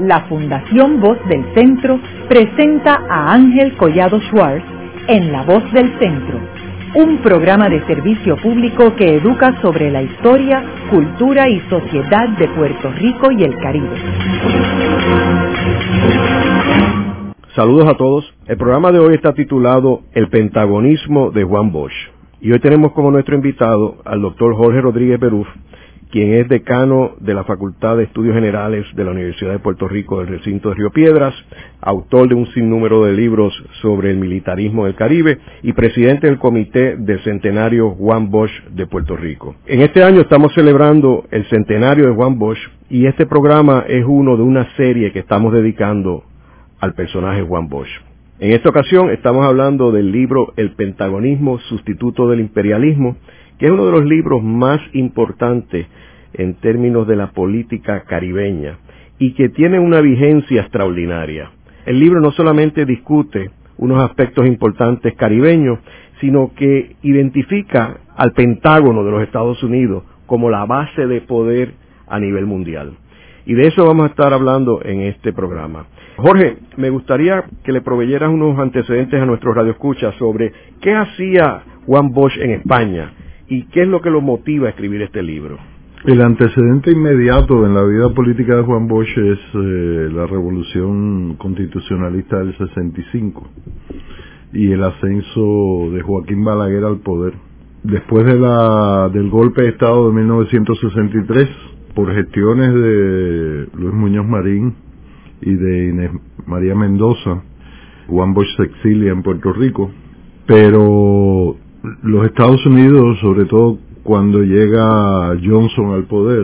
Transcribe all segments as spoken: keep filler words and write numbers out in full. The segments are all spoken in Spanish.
la Fundación Voz del Centro presenta a Ángel Collado Schwartz en La Voz del Centro, un programa de servicio público que educa sobre la historia, cultura y sociedad de Puerto Rico y el Caribe. Saludos a todos. El programa de hoy está titulado El Pentagonismo de Juan Bosch. Y hoy tenemos como nuestro invitado al doctor Jorge Rodríguez Beruf, quien es decano de la Facultad de Estudios Generales de la Universidad de Puerto Rico del recinto de Río Piedras, autor de un sinnúmero de libros sobre el militarismo del Caribe y presidente del Comité del Centenario Juan Bosch de Puerto Rico. En este año estamos celebrando el centenario de Juan Bosch y este programa es uno de una serie que estamos dedicando al personaje Juan Bosch. En esta ocasión estamos hablando del libro El Pentagonismo, Sustituto del Imperialismo, que es uno de los libros más importantes en términos de la política caribeña y que tiene una vigencia extraordinaria. El libro no solamente discute unos aspectos importantes caribeños, sino que identifica al Pentágono de los Estados Unidos como la base de poder a nivel mundial. Y de eso vamos a estar hablando en este programa. Jorge, me gustaría que le proveyeras unos antecedentes a nuestros radioescuchas sobre qué hacía Juan Bosch en España y qué es lo que lo motiva a escribir este libro. El antecedente inmediato en la vida política de Juan Bosch es eh, la revolución constitucionalista del sesenta y cinco y el ascenso de Joaquín Balaguer al poder. Después de la, del golpe de Estado de mil novecientos sesenta y tres, por gestiones de Luis Muñoz Marín y de Inés María Mendoza, Juan Bosch se exilia en Puerto Rico, pero los Estados Unidos, sobre todo cuando llega Johnson al poder,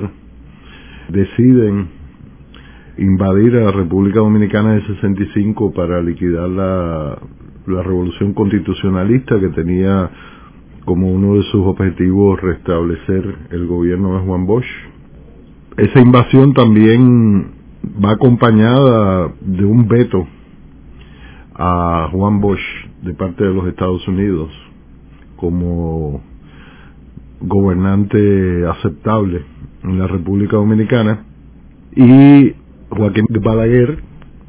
deciden invadir a la República Dominicana en el sesenta y cinco para liquidar la, la revolución constitucionalista que tenía como uno de sus objetivos restablecer el gobierno de Juan Bosch. Esa invasión también va acompañada de un veto a Juan Bosch de parte de los Estados Unidos como gobernante aceptable en la República Dominicana, y Joaquín Balaguer,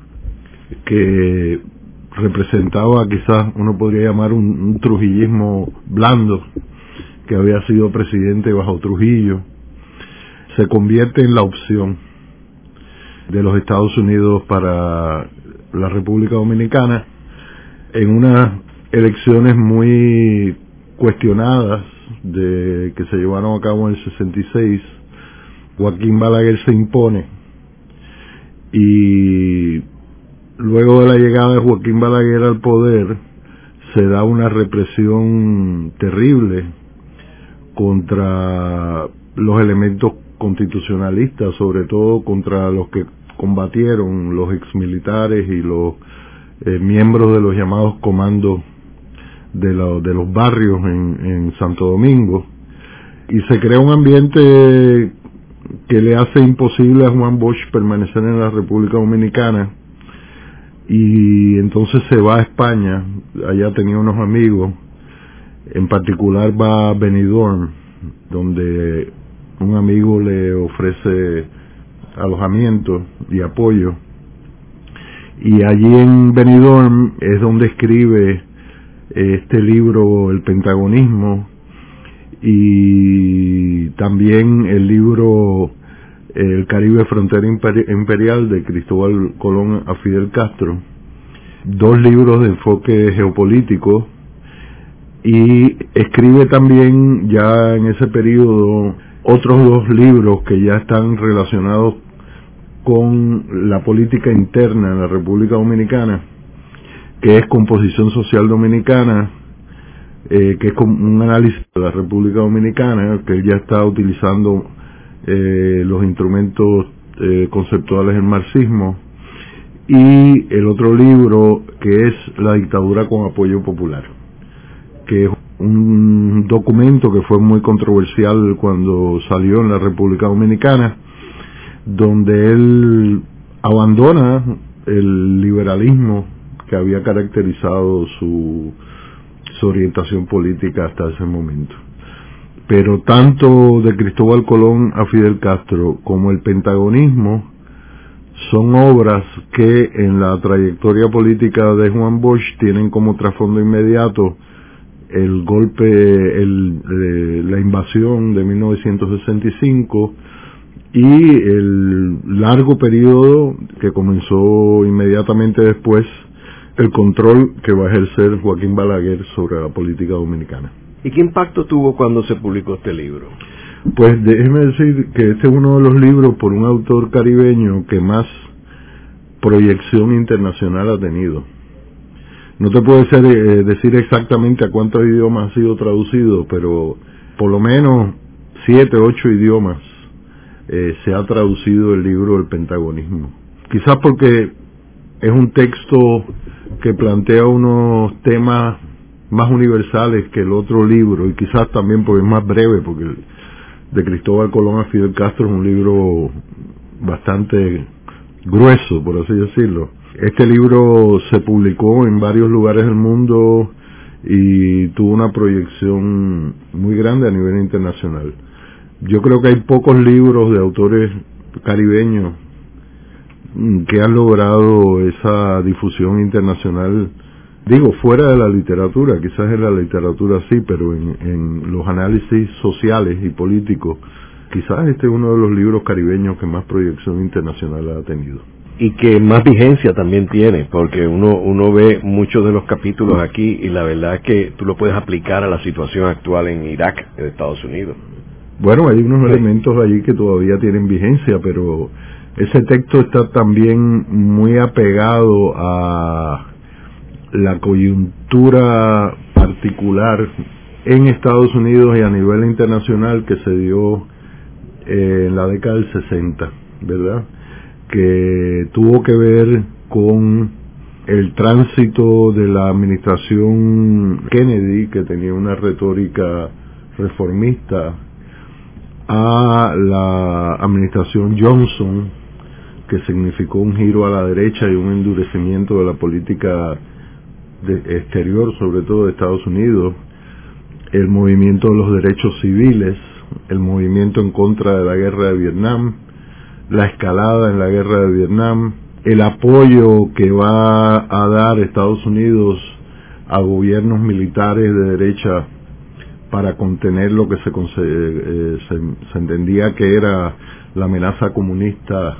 que representaba quizás uno podría llamar un, un trujillismo blando, que había sido presidente bajo Trujillo, se convierte en la opción de los Estados Unidos para la República Dominicana en unas elecciones muy cuestionadas de que se llevaron a cabo en el sesenta y seis. Joaquín Balaguer se impone y luego de la llegada de Joaquín Balaguer al poder se da una represión terrible contra los elementos constitucionalistas, sobre todo contra los que combatieron los exmilitares y los eh, miembros de los llamados comandos de, lo, de los barrios en, en Santo Domingo, y se crea un ambiente que le hace imposible a Juan Bosch permanecer en la República Dominicana, y entonces se va a España. Allá tenía unos amigos, en particular va a Benidorm, donde un amigo le ofrece alojamiento y apoyo, y allí en Benidorm es donde escribe este libro El Pentagonismo, y también el libro El Caribe Frontera Imperial, de Cristóbal Colón a Fidel Castro, dos libros de enfoque geopolítico, y escribe también ya en ese periodo otros dos libros que ya están relacionados con la política interna en la República Dominicana, que es Composición Social Dominicana, eh, que es un análisis de la República Dominicana, que él ya está utilizando eh, los instrumentos eh, conceptuales del marxismo, y el otro libro que es La Dictadura con Apoyo Popular, que es un documento que fue muy controversial cuando salió en la República Dominicana, donde él abandona el liberalismo que había caracterizado su, su orientación política hasta ese momento. Pero tanto de Cristóbal Colón a Fidel Castro como el pentagonismo son obras que en la trayectoria política de Juan Bosch tienen como trasfondo inmediato el golpe, el, eh, la invasión de mil novecientos sesenta y cinco y el largo periodo que comenzó inmediatamente después, el control que va a ejercer Joaquín Balaguer sobre la política dominicana. ¿Y qué impacto tuvo cuando se publicó este libro? Pues déjeme decir que este es uno de los libros por un autor caribeño que más proyección internacional ha tenido. No te puedo decir, eh, decir exactamente a cuántos idiomas ha sido traducido, pero por lo menos siete, ocho idiomas eh, se ha traducido el libro El Pentagonismo. Quizás porque es un texto que plantea unos temas más universales que el otro libro, y quizás también porque es más breve, porque el de Cristóbal Colón a Fidel Castro es un libro bastante grueso, por así decirlo. Este libro se publicó en varios lugares del mundo y tuvo una proyección muy grande a nivel internacional. Yo creo que hay pocos libros de autores caribeños que han logrado esa difusión internacional, digo, fuera de la literatura, quizás en la literatura sí, pero en, en los análisis sociales y políticos, quizás este es uno de los libros caribeños que más proyección internacional ha tenido. Y que más vigencia también tiene, porque uno uno ve muchos de los capítulos aquí y la verdad es que tú lo puedes aplicar a la situación actual en Irak, en Estados Unidos. Bueno, hay unos sí. elementos allí que todavía tienen vigencia, pero ese texto está también muy apegado a la coyuntura particular en Estados Unidos y a nivel internacional que se dio eh, en la década del sesenta, ¿verdad? Que tuvo que ver con el tránsito de la administración Kennedy, que tenía una retórica reformista, a la administración Johnson, que significó un giro a la derecha y un endurecimiento de la política de exterior, sobre todo de Estados Unidos, el movimiento de los derechos civiles, el movimiento en contra de la guerra de Vietnam, la escalada en la guerra de Vietnam, el apoyo que va a dar Estados Unidos a gobiernos militares de derecha para contener lo que se, eh, se, se entendía que era la amenaza comunista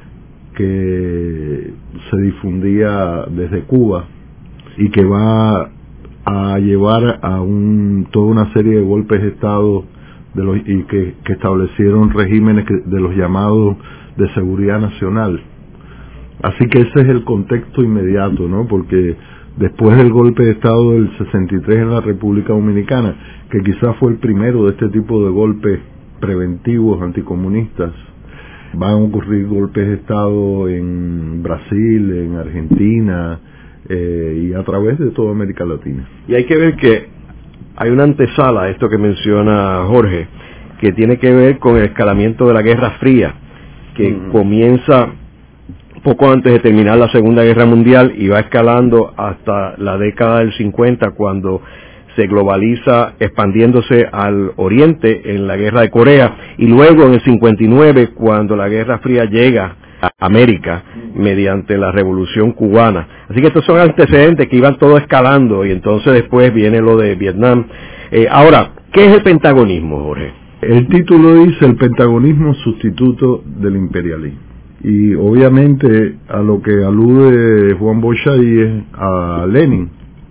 que se difundía desde Cuba y que va a llevar a un, toda una serie de golpes de Estado de los, y que, que establecieron regímenes que, de los llamados de seguridad nacional. Así que ese es el contexto inmediato, ¿no? Porque después del golpe de Estado del sesenta y tres en la República Dominicana, que quizás fue el primero de este tipo de golpes preventivos anticomunistas, van a ocurrir golpes de Estado en Brasil, en Argentina eh, y a través de toda América Latina. Y hay que ver que hay una antesala a esto que menciona Jorge, que tiene que ver con el escalamiento de la Guerra Fría, que mm. comienza poco antes de terminar la Segunda Guerra Mundial y va escalando hasta la década del cincuenta, cuando se globaliza expandiéndose al oriente en la Guerra de Corea, y luego en el cincuenta y nueve, cuando la Guerra Fría llega a América mediante la Revolución Cubana. Así que estos son antecedentes que iban todo escalando, y entonces después viene lo de Vietnam. Eh, ahora, ¿qué es el pentagonismo, Jorge? El título dice el pentagonismo sustituto del imperialismo. Y obviamente a lo que alude Juan Bosch ahí es a Lenin,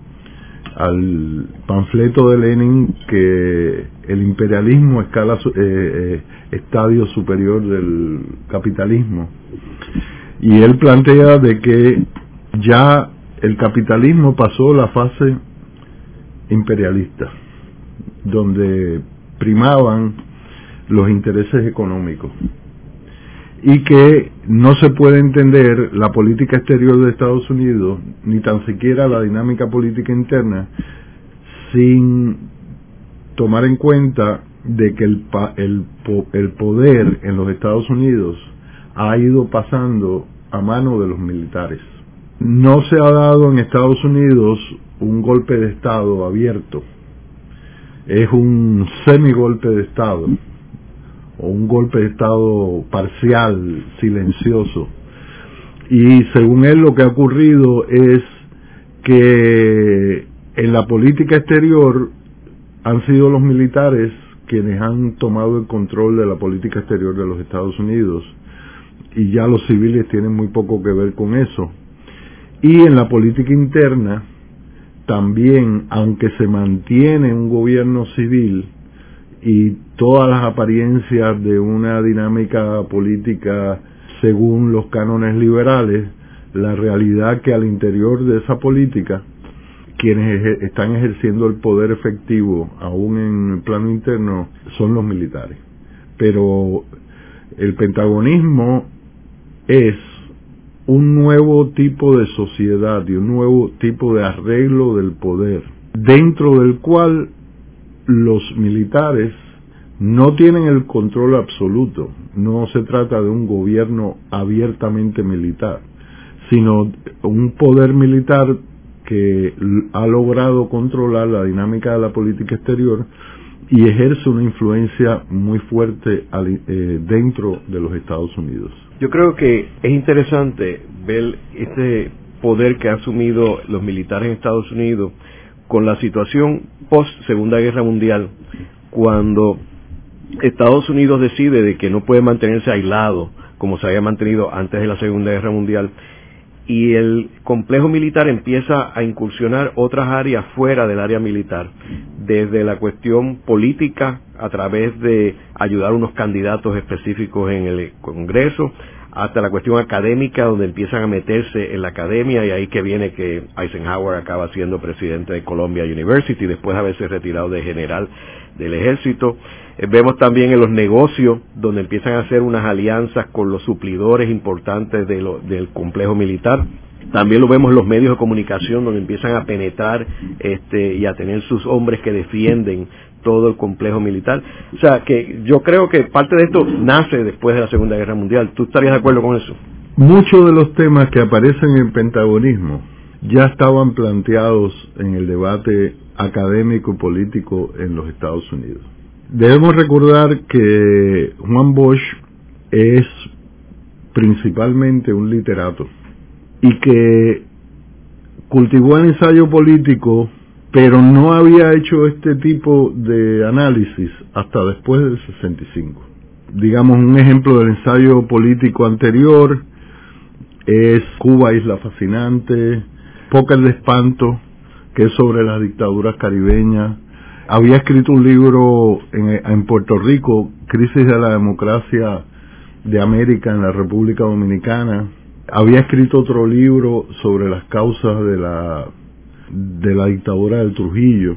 al panfleto de Lenin, que el imperialismo escala eh, eh, estadio superior del capitalismo, y él plantea de que ya el capitalismo pasó la fase imperialista, donde primaban los intereses económicos, y que no se puede entender la política exterior de Estados Unidos, ni tan siquiera la dinámica política interna, sin tomar en cuenta de que el, el, el poder en los Estados Unidos ha ido pasando a mano de los militares. No se ha dado en Estados Unidos un golpe de Estado abierto, es un semigolpe de Estado, o un golpe de Estado parcial, silencioso, Y según él lo que ha ocurrido es que en la política exterior han sido los militares quienes han tomado el control de la política exterior de los Estados Unidos, y ya los civiles tienen muy poco que ver con eso. Y en la política interna también, aunque se mantiene un gobierno civil y todas las apariencias de una dinámica política según los cánones liberales, la realidad que al interior de esa política quienes ejer- están ejerciendo el poder efectivo aún en el plano interno son los militares. Pero el pentagonismo es un nuevo tipo de sociedad y un nuevo tipo de arreglo del poder, dentro del cual los militares no tienen el control absoluto. No se trata de un gobierno abiertamente militar, sino un poder militar que ha logrado controlar la dinámica de la política exterior y ejerce una influencia muy fuerte al, eh, dentro de los Estados Unidos. Yo creo que es interesante ver este poder que ha asumido los militares en Estados Unidos con la situación post Segunda Guerra Mundial, cuando Estados Unidos decide de que no puede mantenerse aislado como se había mantenido antes de la Segunda Guerra Mundial, y el complejo militar empieza a incursionar otras áreas fuera del área militar, desde la cuestión política a través de ayudar a unos candidatos específicos en el Congreso, hasta la cuestión académica, donde empiezan a meterse en la academia, y ahí que viene que Eisenhower acaba siendo presidente de Columbia University después de haberse retirado de general del ejército. Eh, vemos también en los negocios, donde empiezan a hacer unas alianzas con los suplidores importantes de lo, del complejo militar. También lo vemos en los medios de comunicación, donde empiezan a penetrar este, y a tener sus hombres que defienden todo el complejo militar. O sea, que yo creo que parte de esto nace después de la Segunda Guerra Mundial. ¿Tú estarías de acuerdo con eso? Muchos de los temas que aparecen en el pentagonismo ya estaban planteados en el debate académico y político en los Estados Unidos. Debemos recordar que Juan Bosch es principalmente un literato y que cultivó el ensayo político, pero no había hecho este tipo de análisis hasta después del sesenta y cinco. Digamos, un ejemplo del ensayo político anterior es Cuba, Isla Fascinante, Póker de Espanto, que es sobre las dictaduras caribeñas. Había escrito un libro en, en Puerto Rico, Crisis de la Democracia de América en la República Dominicana. Había escrito otro libro sobre las causas de la de la dictadura del Trujillo.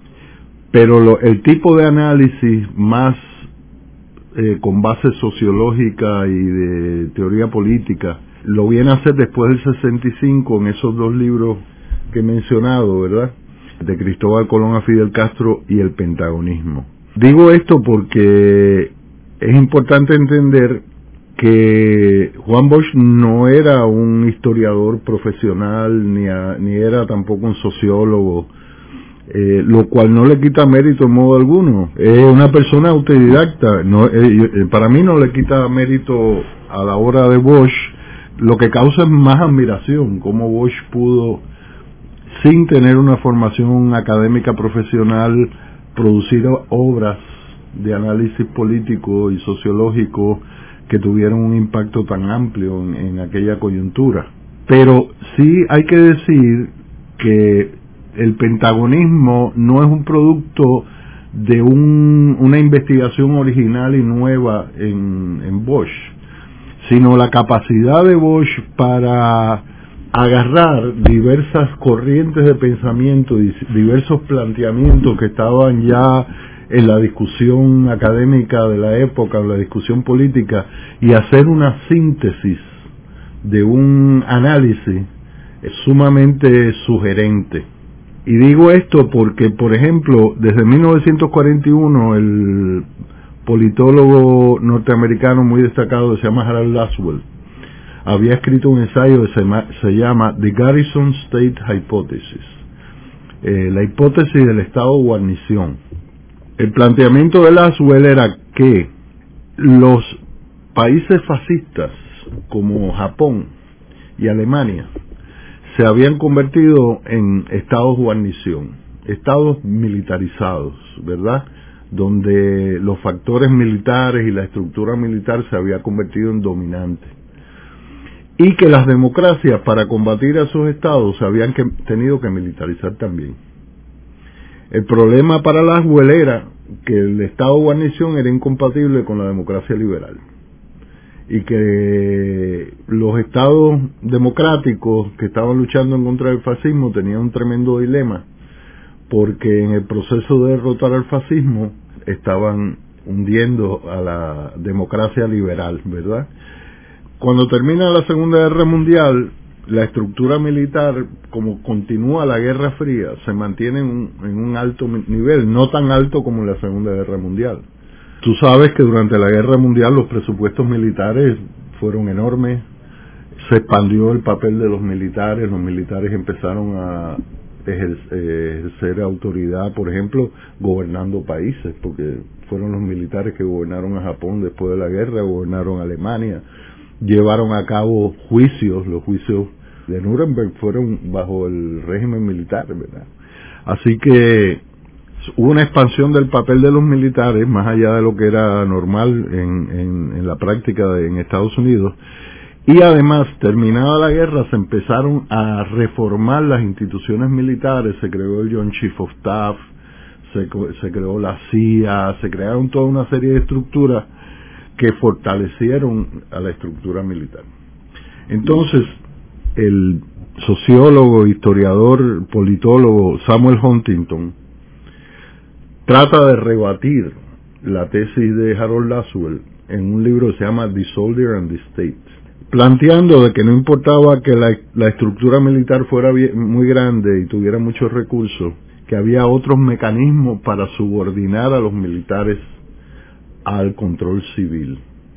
Pero lo, el tipo de análisis más eh, con base sociológica y de teoría política lo viene a hacer después del sesenta y cinco en esos dos libros que he mencionado, ¿verdad? De Cristóbal Colón a Fidel Castro y el pentagonismo. Digo esto porque es importante entender que Juan Bosch no era un historiador profesional, ni, a, ni era tampoco un sociólogo, eh, lo cual no le quita mérito en modo alguno. Es una persona autodidacta. No, eh, para mí no le quita mérito a la obra de Bosch. Lo que causa es más admiración, cómo Bosch pudo, sin tener una formación académica profesional, producir obras de análisis político y sociológico que tuvieron un impacto tan amplio en, en aquella coyuntura. Pero sí hay que decir que el pentagonismo no es un producto de un, una investigación original y nueva en, en Bosch, sino la capacidad de Bosch para agarrar diversas corrientes de pensamiento y diversos planteamientos que estaban ya en la discusión académica de la época, en la discusión política, y hacer una síntesis de un análisis sumamente sugerente. Y digo esto porque, por ejemplo, desde mil novecientos cuarenta y uno, el politólogo norteamericano muy destacado se llama Harold Laswell, había escrito un ensayo que se, se llama The Garrison State Hypothesis, eh, la hipótesis del estado de guarnición. El planteamiento de Laswell era que los países fascistas como Japón y Alemania se habían convertido en estados guarnición, estados militarizados, ¿verdad?, donde los factores militares y la estructura militar se había convertido en dominante. Y que las democracias, para combatir a esos estados, se habían que, tenido que militarizar también. El problema para las huelgas era que el estado guarnición era incompatible con la democracia liberal. Y que los estados democráticos que estaban luchando en contra del fascismo tenían un tremendo dilema, porque en el proceso de derrotar al fascismo estaban hundiendo a la democracia liberal, ¿verdad? Cuando termina la Segunda Guerra Mundial, la estructura militar, como continúa la Guerra Fría, se mantiene en un, en un alto nivel, no tan alto como en la Segunda Guerra Mundial. Tú sabes que durante la Guerra Mundial los presupuestos militares fueron enormes, se expandió el papel de los militares, los militares empezaron a ejercer autoridad, por ejemplo, gobernando países, porque fueron los militares que gobernaron a Japón después de la guerra, gobernaron a Alemania, llevaron a cabo juicios, los juicios de Nuremberg fueron bajo el régimen militar, ¿verdad? Así que hubo una expansión del papel de los militares, más allá de lo que era normal en, en, en la práctica de, en Estados Unidos. Y además, terminada la guerra, se empezaron a reformar las instituciones militares, se creó el Joint Chief of Staff, se, se creó la C I A, se crearon toda una serie de estructuras que fortalecieron a la estructura militar. Entonces, el sociólogo, historiador, politólogo Samuel Huntington trata de rebatir la tesis de Harold Laswell en un libro que se llama The Soldier and the State, planteando de que no importaba que la, la estructura militar fuera bien, muy grande y tuviera muchos recursos, que había otros mecanismos para subordinar a los militares al control civil.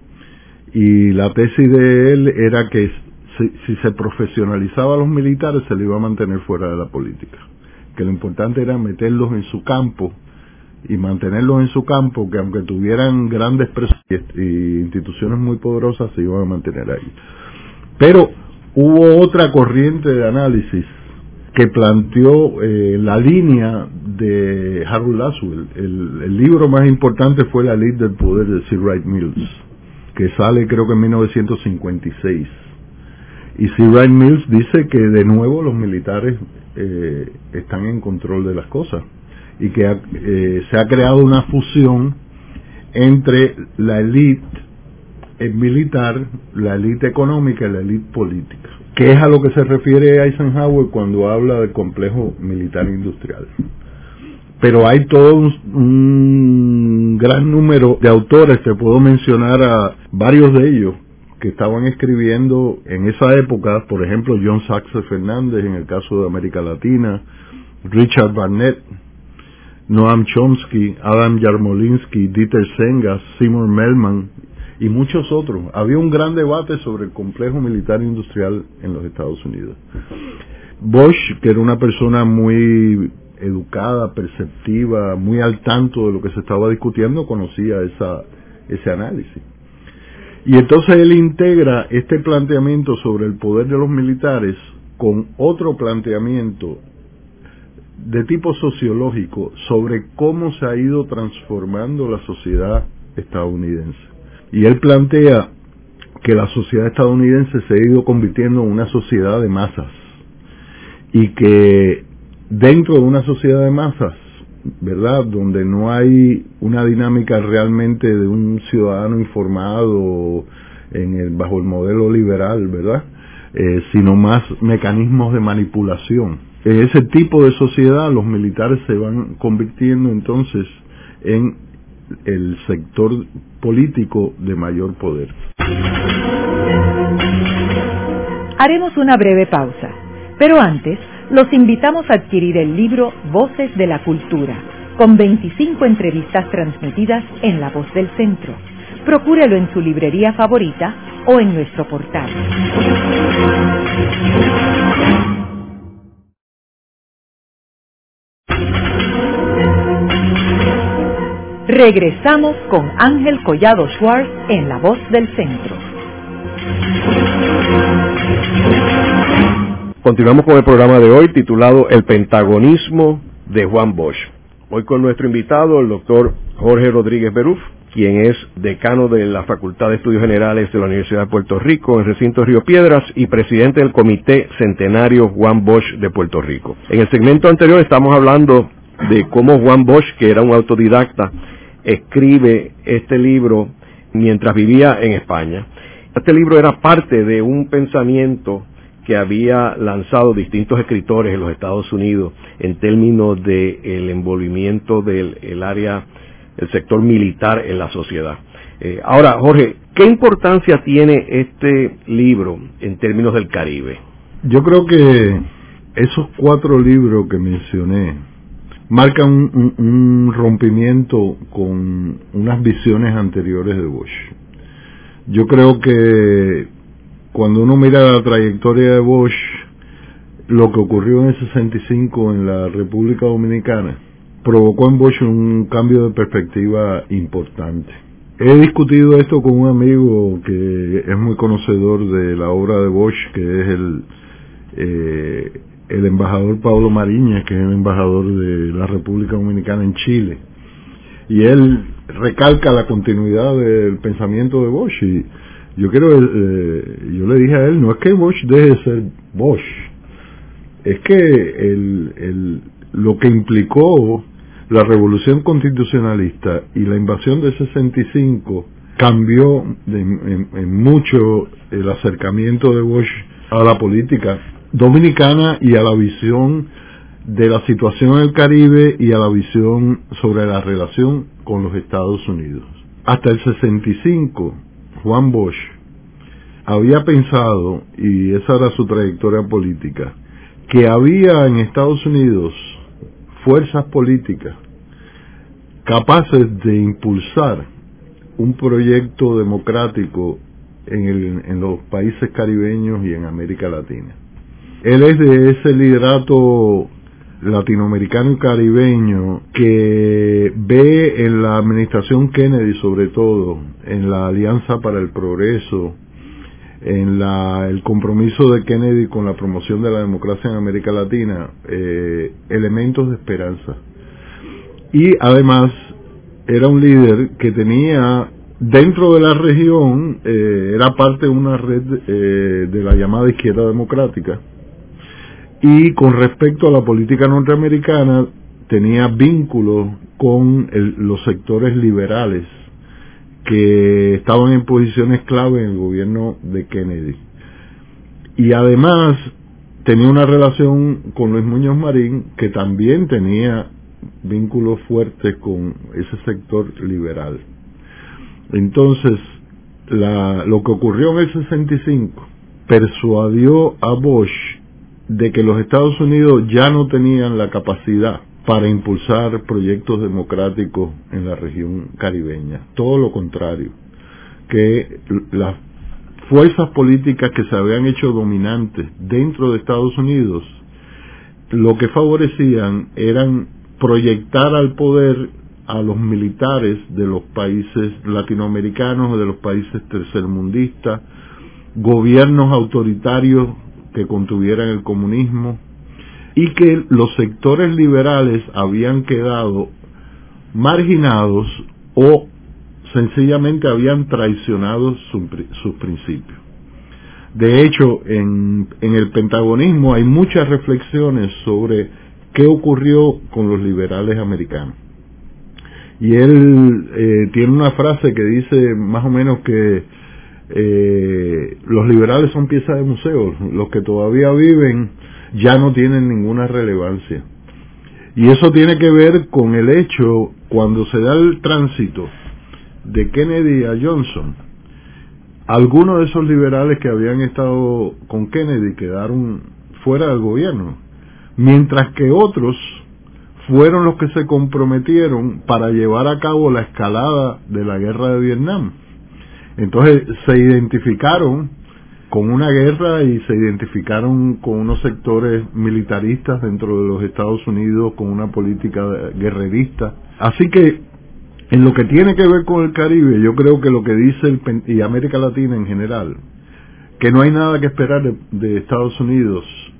Y la tesis de él era que si, si se profesionalizaba a los militares se le iba a mantener fuera de la política, que lo importante era meterlos en su campo y mantenerlos en su campo, que aunque tuvieran grandes presiones y instituciones muy poderosas se iban a mantener ahí. Pero hubo otra corriente de análisis que planteó eh, la línea de Harold Laswell. El, el libro más importante fue La Ley del Poder de C. Wright Mills, que sale creo que en mil novecientos cincuenta y seis. Y C. Wright Mills dice que de nuevo los militares eh, están en control de las cosas y que eh, se ha creado una fusión entre la élite militar, la élite económica y la élite política, que es a lo que se refiere Eisenhower cuando habla del complejo militar industrial. Pero hay todo un, un gran número de autores, te puedo mencionar a varios de ellos que estaban escribiendo en esa época, por ejemplo John Saxe Fernández en el caso de América Latina, Richard Barnett, Noam Chomsky, Adam Yarmolinsky, Dieter Sengas, Seymour Melman y muchos otros. Había un gran debate sobre el complejo militar industrial en los Estados Unidos. Bosch, que era una persona muy educada, perceptiva, muy al tanto de lo que se estaba discutiendo, conocía esa, ese análisis. Y entonces él integra este planteamiento sobre el poder de los militares con otro planteamiento de tipo sociológico sobre cómo se ha ido transformando la sociedad estadounidense. Y él plantea que la sociedad estadounidense se ha ido convirtiendo en una sociedad de masas y que dentro de una sociedad de masas, ¿verdad?, donde no hay una dinámica realmente de un ciudadano informado en el, bajo el modelo liberal, ¿verdad?, eh, sino más mecanismos de manipulación. En ese tipo de sociedad los militares se van convirtiendo entonces en el sector político de mayor poder. Haremos una breve pausa, pero antes los invitamos a adquirir el libro Voces de la Cultura, con veinticinco entrevistas transmitidas en La Voz del Centro. Procúrelo en su librería favorita o en nuestro portal. Regresamos con Ángel Collado Schwartz en La Voz del Centro. Continuamos con el programa de hoy titulado El Pentagonismo de Juan Bosch. Hoy con nuestro invitado, el doctor Jorge Rodríguez Beruf, quien es decano de la Facultad de Estudios Generales de la Universidad de Puerto Rico, en recinto Río Piedras, y presidente del Comité Centenario Juan Bosch de Puerto Rico. En el segmento anterior estamos hablando de cómo Juan Bosch, que era un autodidacta, escribe este libro mientras vivía en España. Este libro era parte de un pensamiento que había lanzado distintos escritores en los Estados Unidos en términos del envolvimiento del el área, el sector militar en la sociedad. Eh, ahora, Jorge, ¿qué importancia tiene este libro en términos del Caribe? Yo creo que esos cuatro libros que mencioné marcan un, un, un rompimiento con unas visiones anteriores de Bosch. Yo creo que cuando uno mira la trayectoria de Bosch, lo que ocurrió en el sesenta y cinco en la República Dominicana provocó en Bosch un cambio de perspectiva importante. He discutido esto con un amigo que es muy conocedor de la obra de Bosch, que es el eh, el embajador Pablo Mariñas, que es el embajador de la República Dominicana en Chile, y él recalca la continuidad del pensamiento de Bosch. Y yo quiero, eh, yo le dije a él, no es que Bosch deje de ser Bosch, es que el, el, lo que implicó la revolución constitucionalista y la invasión del sesenta y cinco cambió de, en, en mucho el acercamiento de Bosch a la política dominicana y a la visión de la situación en el Caribe y a la visión sobre la relación con los Estados Unidos. Hasta el sesenta y cinco, Juan Bosch había pensado, y esa era su trayectoria política, que había en Estados Unidos fuerzas políticas capaces de impulsar un proyecto democrático en, el, en los países caribeños y en América Latina. Él es de ese liderato latinoamericano y caribeño que ve en la administración Kennedy, sobre todo en la Alianza para el Progreso, en la, el compromiso de Kennedy con la promoción de la democracia en América Latina, eh, elementos de esperanza. Y además era un líder que tenía dentro de la región, eh, era parte de una red eh, de la llamada izquierda democrática, y con respecto a la política norteamericana tenía vínculos con el, los sectores liberales que estaban en posiciones clave en el gobierno de Kennedy. Y además tenía una relación con Luis Muñoz Marín, que también tenía vínculos fuertes con ese sector liberal. Entonces, la, lo que ocurrió en el sesenta y cinco persuadió a Bosch de que los Estados Unidos ya no tenían la capacidad para impulsar proyectos democráticos en la región caribeña. Todo lo contrario, que las fuerzas políticas que se habían hecho dominantes dentro de Estados Unidos, lo que favorecían eran proyectar al poder a los militares de los países latinoamericanos o de los países tercermundistas, gobiernos autoritarios que contuvieran el comunismo, y que los sectores liberales habían quedado marginados o sencillamente habían traicionado su, sus principios. De hecho, en, en el pentagonismo hay muchas reflexiones sobre qué ocurrió con los liberales americanos. Y él eh, tiene una frase que dice más o menos que eh, los liberales son piezas de museo, los que todavía viven ya no tienen ninguna relevancia. Y eso tiene que ver con el hecho, cuando se da el tránsito de Kennedy a Johnson, algunos de esos liberales que habían estado con Kennedy quedaron fuera del gobierno, mientras que otros fueron los que se comprometieron para llevar a cabo la escalada de la guerra de Vietnam. Entonces se identificaron con una guerra y se identificaron con unos sectores militaristas dentro de los Estados Unidos, con una política guerrerista. Así que en lo que tiene que ver con el Caribe, yo creo que lo que dice el, y América Latina en general, que no hay nada que esperar de, de Estados Unidos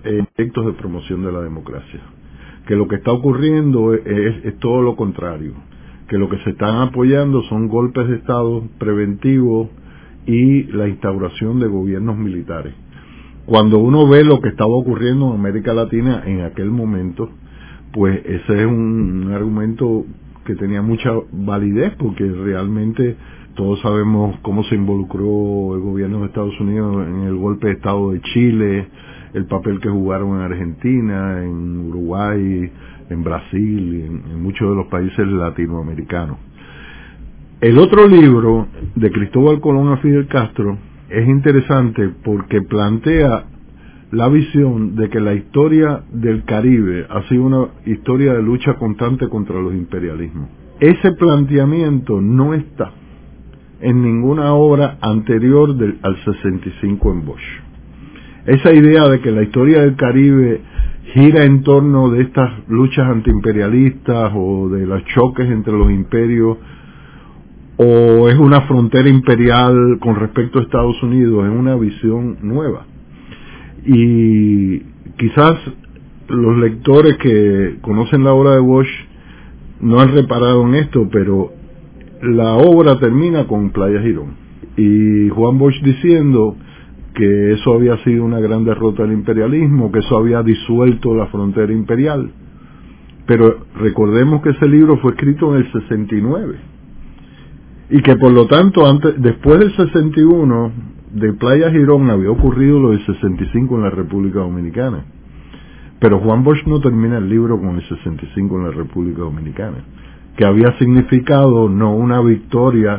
eh, proyectos de promoción de la democracia, que lo que está ocurriendo es, es, es todo lo contrario, que lo que se están apoyando son golpes de Estado preventivos y la instauración de gobiernos militares. Cuando uno ve lo que estaba ocurriendo en América Latina en aquel momento, pues ese es un, un argumento que tenía mucha validez, porque realmente todos sabemos cómo se involucró el gobierno de Estados Unidos en el golpe de Estado de Chile, el papel que jugaron en Argentina, en Uruguay, en Brasil y en, en muchos de los países latinoamericanos. El otro libro de Cristóbal Colón a Fidel Castro es interesante porque plantea la visión de que la historia del Caribe ha sido una historia de lucha constante contra los imperialismos. Ese planteamiento no está en ninguna obra anterior del, al sesenta y cinco en Bosch. Esa idea de que la historia del Caribe gira en torno de estas luchas antiimperialistas o de los choques entre los imperios, o es una frontera imperial con respecto a Estados Unidos, es una visión nueva. Y quizás los lectores que conocen la obra de Bosch no han reparado en esto, pero la obra termina con Playa Girón y Juan Bosch diciendo que eso había sido una gran derrota del imperialismo, que eso había disuelto la frontera imperial. Pero recordemos que ese libro fue escrito en el sesenta y nueve y que por lo tanto antes, después del sesenta y uno de Playa Girón había ocurrido lo del sesenta y cinco en la República Dominicana. Pero Juan Bosch no termina el libro con el sesenta y cinco en la República Dominicana, que había significado no una victoria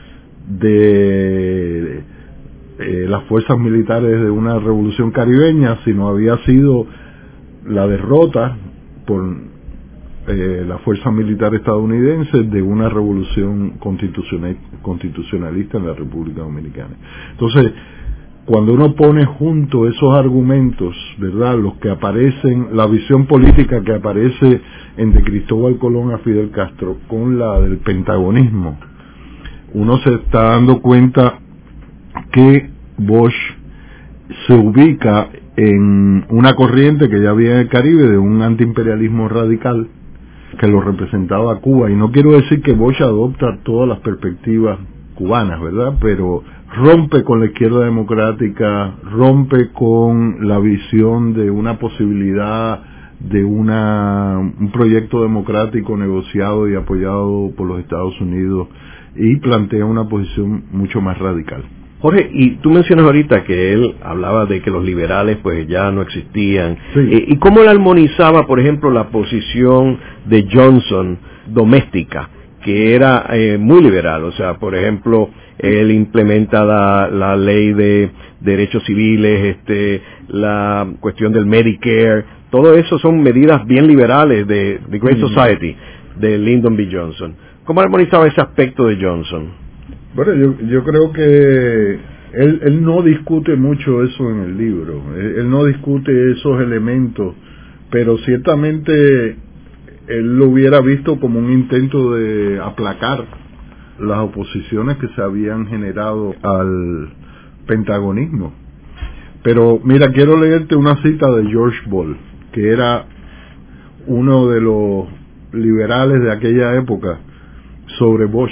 de eh, las fuerzas militares de una revolución caribeña, sino había sido la derrota por eh, la fuerza militar estadounidense de una revolución constitucional, constitucionalista en la República Dominicana. Entonces, cuando uno pone junto esos argumentos, ¿verdad?, los que aparecen, la visión política que aparece en de Cristóbal Colón a Fidel Castro con la del pentagonismo, uno se está dando cuenta que Bosch se ubica en una corriente que ya había en el Caribe de un antiimperialismo radical que lo representaba a Cuba, y no quiero decir que Bosch adopta todas las perspectivas cubanas, ¿verdad?, pero rompe con la izquierda democrática, rompe con la visión de una posibilidad de una un proyecto democrático negociado y apoyado por los Estados Unidos, y plantea una posición mucho más radical. Jorge, y tú mencionas ahorita que él hablaba de que los liberales pues ya no existían. Sí. Eh, ¿Y cómo él armonizaba, por ejemplo, la posición de Johnson doméstica, que era eh, muy liberal? O sea, por ejemplo, él implementa la, la ley de derechos civiles, este, la cuestión del Medicare, todo eso son medidas bien liberales de The Great mm. Society, de Lyndon B. Johnson. ¿Cómo armonizaba ese aspecto de Johnson? Bueno, yo, yo creo que él, él no discute mucho eso en el libro, él, él no discute esos elementos, pero ciertamente él lo hubiera visto como un intento de aplacar las oposiciones que se habían generado al pentagonismo. Pero mira, quiero leerte una cita de George Ball, que era uno de los liberales de aquella época, sobre Bosch.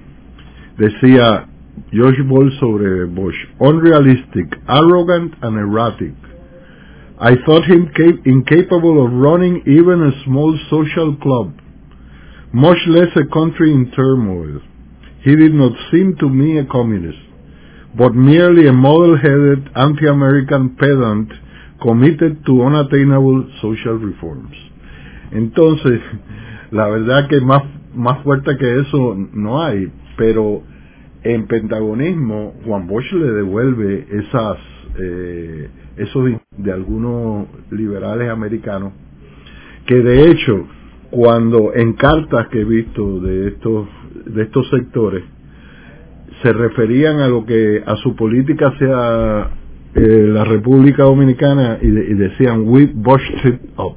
Decía George Ball sobre Bosch: unrealistic, arrogant and erratic. I thought him cap- incapable of running even a small social club, much less a country in turmoil. He did not seem to me a communist, but merely a model-headed anti-American pedant committed to unattainable social reforms. Entonces, la verdad que más, más fuerte que eso no hay, pero en pentagonismo Juan Bosch le devuelve esas eh, esos de algunos liberales americanos, que de hecho cuando en cartas que he visto de estos de estos sectores se referían a lo que a su política hacia eh, la República Dominicana y, de, y decían we boshed it up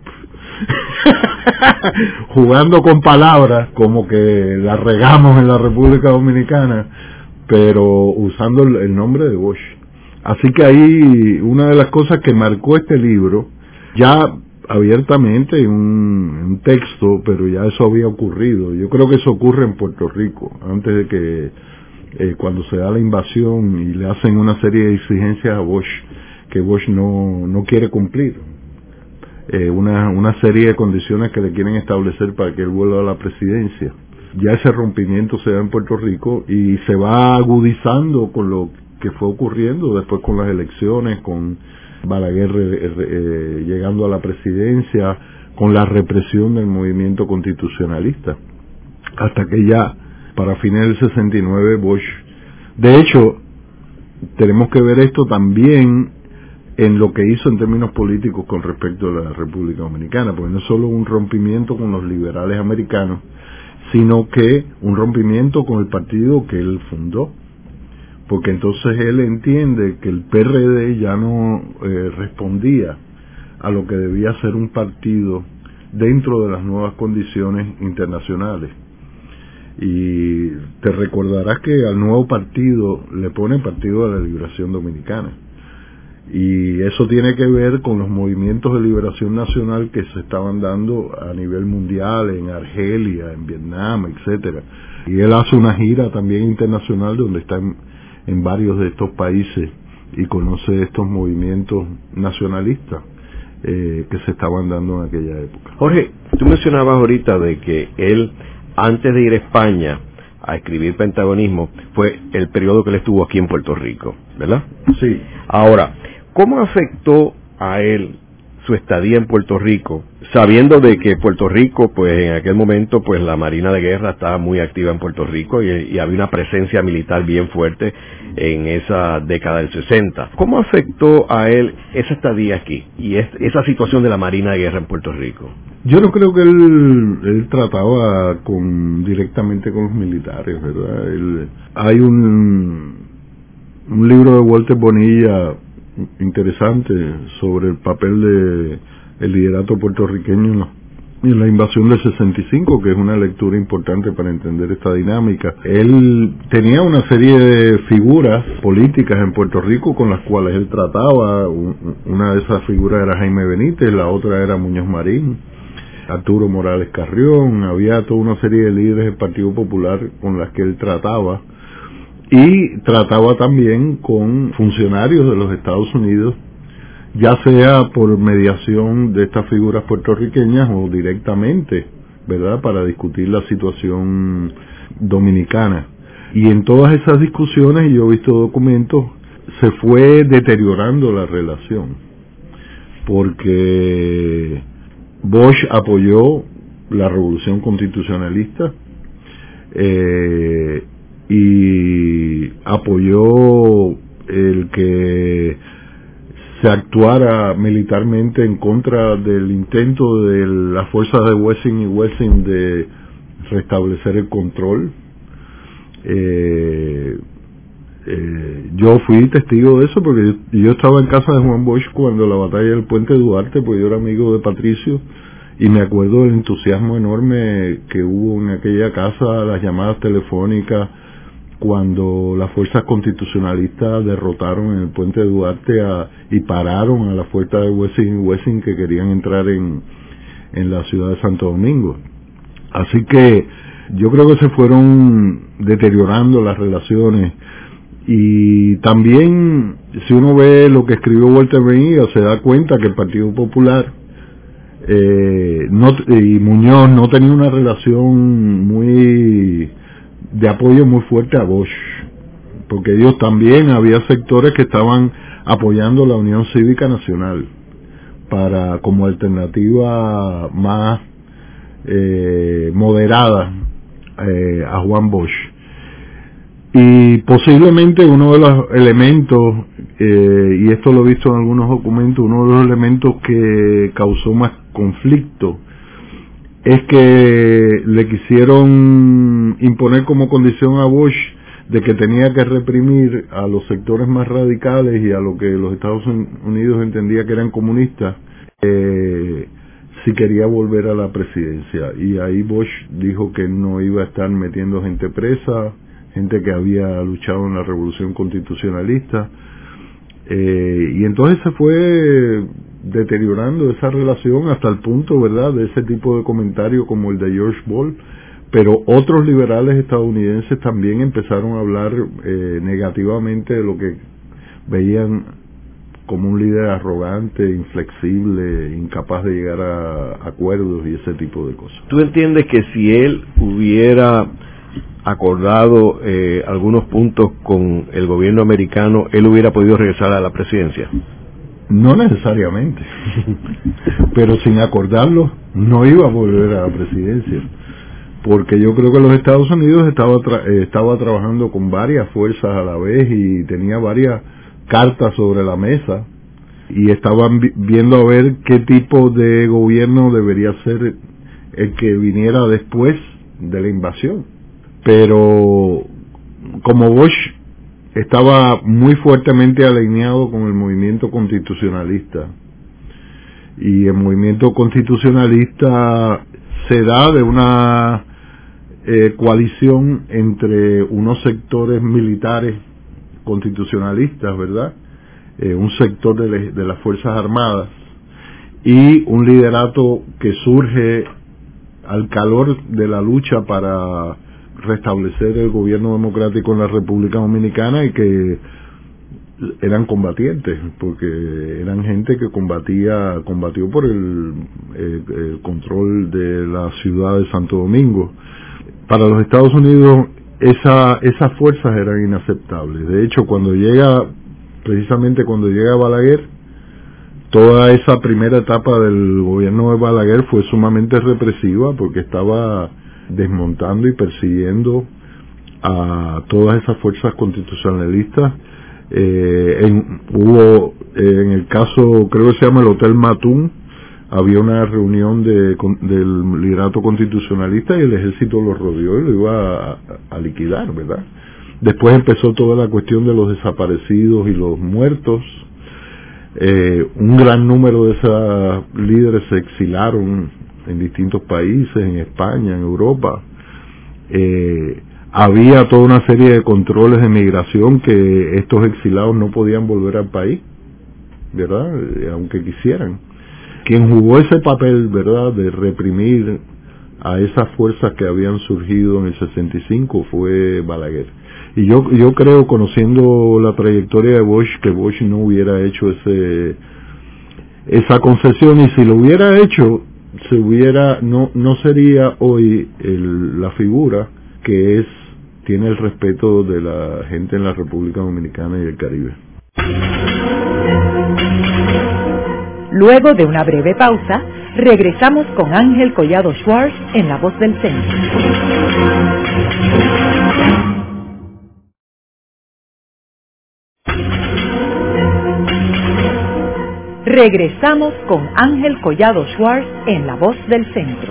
jugando con palabras como que la regamos en la República Dominicana, pero usando el, el nombre de Bosch. Así que ahí una de las cosas que marcó este libro ya abiertamente en un, un texto, pero ya eso había ocurrido. Yo creo que eso ocurre en Puerto Rico, antes de que, eh, cuando se da la invasión y le hacen una serie de exigencias a Bush que Bush no, no quiere cumplir. Eh, una, una serie de condiciones que le quieren establecer para que él vuelva a la presidencia. Ya ese rompimiento se da en Puerto Rico y se va agudizando con lo que fue ocurriendo después con las elecciones, con Balaguer eh, eh, llegando a la presidencia, con la represión del movimiento constitucionalista, hasta que ya para fines del sesenta y nueve Bush, de hecho tenemos que ver esto también en lo que hizo en términos políticos con respecto a la República Dominicana, porque no es solo un rompimiento con los liberales americanos, sino que un rompimiento con el partido que él fundó, porque entonces él entiende que el P R D ya no eh, respondía a lo que debía ser un partido dentro de las nuevas condiciones internacionales. Y te recordarás que al nuevo partido le pone Partido de la Liberación Dominicana, y eso tiene que ver con los movimientos de liberación nacional que se estaban dando a nivel mundial en Argelia, en Vietnam, etcétera. Y él hace una gira también internacional donde está en, en varios de estos países y conoce estos movimientos nacionalistas eh, que se estaban dando en aquella época. Jorge, tú mencionabas ahorita de que él, antes de ir a España a escribir Pentagonismo, fue el periodo que él estuvo aquí en Puerto Rico, ¿verdad? Sí. Ahora, ¿cómo afectó a él su estadía en Puerto Rico, sabiendo de que Puerto Rico, pues en aquel momento, pues la Marina de Guerra estaba muy activa en Puerto Rico y, y había una presencia militar bien fuerte en esa década del sesenta? ¿Cómo afectó a él esa estadía aquí y es, esa situación de la Marina de Guerra en Puerto Rico? Yo no creo que él, él trataba con directamente con los militares, ¿verdad? Él, hay un, un libro de Walter Bonilla interesante sobre el papel de el liderato puertorriqueño en la, en la invasión del sesenta y cinco, que es una lectura importante para entender esta dinámica. Él tenía una serie de figuras políticas en Puerto Rico con las cuales él trataba. Una de esas figuras era Jaime Benítez, la otra era Muñoz Marín, Arturo Morales Carrión. Había toda una serie de líderes del Partido Popular con las que él trataba, y trataba también con funcionarios de los Estados Unidos, ya sea por mediación de estas figuras puertorriqueñas o directamente, ¿verdad?, para discutir la situación dominicana. Y en todas esas discusiones, y yo he visto documentos, se fue deteriorando la relación, porque Bush apoyó la revolución constitucionalista, eh, y apoyó el que se actuara militarmente en contra del intento de las fuerzas de Wessing y Wessing de restablecer el control. Eh, eh, yo fui testigo de eso porque yo, yo estaba en casa de Juan Bosch cuando la batalla del Puente Duarte, pues yo era amigo de Patricio, y me acuerdo del entusiasmo enorme que hubo en aquella casa, las llamadas telefónicas, cuando las fuerzas constitucionalistas derrotaron en el Puente de Duarte a, y pararon a la fuerza de Wessing y Wessing que querían entrar en, en la ciudad de Santo Domingo. Así que yo creo que se fueron deteriorando las relaciones, y también si uno ve lo que escribió Walter Benítez se da cuenta que el Partido Popular eh, no, y Muñoz no tenía una relación muy de apoyo muy fuerte a Bush, porque ellos también había sectores que estaban apoyando la Unión Cívica Nacional para como alternativa más eh, moderada eh, a Juan Bosch. Y posiblemente uno de los elementos, eh, y esto lo he visto en algunos documentos, uno de los elementos que causó más conflicto es que le quisieron imponer como condición a Bush de que tenía que reprimir a los sectores más radicales y a lo que los Estados Unidos entendía que eran comunistas, eh, si quería volver a la presidencia. Y ahí Bush dijo que no iba a estar metiendo gente presa, gente que había luchado en la revolución constitucionalista, eh, y entonces se fue deteriorando esa relación hasta el punto, ¿verdad?, de ese tipo de comentario como el de George Bull, pero otros liberales estadounidenses también empezaron a hablar eh, negativamente de lo que veían como un líder arrogante, inflexible, incapaz de llegar a acuerdos y ese tipo de cosas. ¿Tú entiendes que si él hubiera acordado eh, algunos puntos con el gobierno americano, él hubiera podido regresar a la presidencia? No necesariamente, pero sin acordarlo no iba a volver a la presidencia, porque yo creo que los Estados Unidos estaba tra- eh, estaba trabajando con varias fuerzas a la vez y tenía varias cartas sobre la mesa y estaban vi- viendo a ver qué tipo de gobierno debería ser el que viniera después de la invasión. Pero como Bush estaba muy fuertemente alineado con el movimiento constitucionalista, y el movimiento constitucionalista se da de una eh, coalición entre unos sectores militares constitucionalistas, ¿verdad?, eh, un sector de, le, de las Fuerzas Armadas y un liderato que surge al calor de la lucha para restablecer el gobierno democrático en la República Dominicana, y que eran combatientes, porque eran gente que combatía, combatió por el, el, el control de la ciudad de Santo Domingo. Para los Estados Unidos esa, esas fuerzas eran inaceptables. De hecho, cuando llega, precisamente cuando llega Balaguer, toda esa primera etapa del gobierno de Balaguer fue sumamente represiva, porque estaba desmontando y persiguiendo a todas esas fuerzas constitucionalistas. Eh, en, hubo, eh, en el caso, creo que se llama el Hotel Matún, había una reunión de, con, del liderato constitucionalista, y el ejército lo rodeó y lo iba a, a liquidar, ¿verdad? Después empezó toda la cuestión de los desaparecidos y los muertos. Eh, un gran número de esos líderes se exilaron en distintos países, en España, en Europa. Eh, había toda una serie de controles de migración que estos exilados no podían volver al país, ¿verdad?, eh, aunque quisieran. Quien jugó ese papel, ¿verdad?, de reprimir a esas fuerzas que habían surgido en el sesenta y cinco fue Balaguer. Y yo yo creo, conociendo la trayectoria de Bush, que Bush no hubiera hecho ese esa concesión, y si lo hubiera hecho, se hubiera no no sería hoy el, la figura que es, tiene el respeto de la gente en la República Dominicana y el Caribe. Luego de una breve pausa, regresamos con Ángel Collado Schwartz en La Voz del Centro. Regresamos con Ángel Collado Schwartz en La Voz del Centro.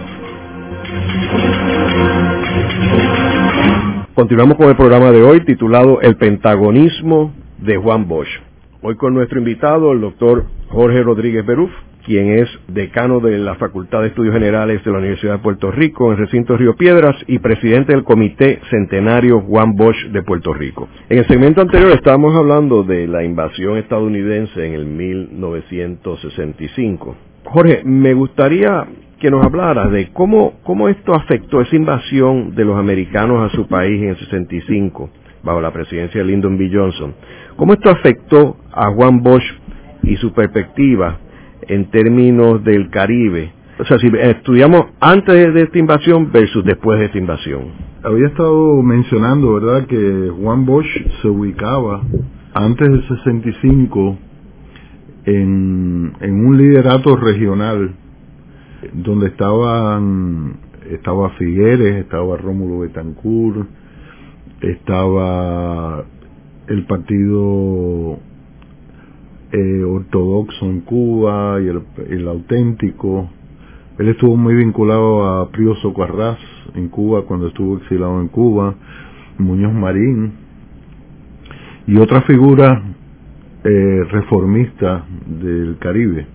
Continuamos con el programa de hoy titulado El Pentagonismo de Juan Bosch. Hoy con nuestro invitado, el doctor Jorge Rodríguez Beruf, quien es decano de la Facultad de Estudios Generales de la Universidad de Puerto Rico en el recinto Río Piedras y presidente del Comité Centenario Juan Bosch de Puerto Rico. En el segmento anterior estábamos hablando de la invasión estadounidense en el mil novecientos sesenta y cinco. Jorge, me gustaría que nos hablara de cómo, cómo esto afectó esa invasión de los americanos a su país en el sesenta y cinco, bajo la presidencia de Lyndon B. Johnson. ¿Cómo esto afectó a Juan Bosch y su perspectiva en términos del Caribe? O sea, si estudiamos antes de esta invasión versus después de esta invasión. Había estado mencionando, ¿verdad?, que Juan Bosch se ubicaba antes del sesenta y cinco en, en un liderato regional donde estaban estaba Figueres, estaba Rómulo Betancourt, estaba el partido eh, ortodoxo en Cuba y el, el auténtico. Él estuvo muy vinculado a Pío Socarrás en Cuba cuando estuvo exilado en Cuba, Muñoz Marín y otra figura eh, reformista del Caribe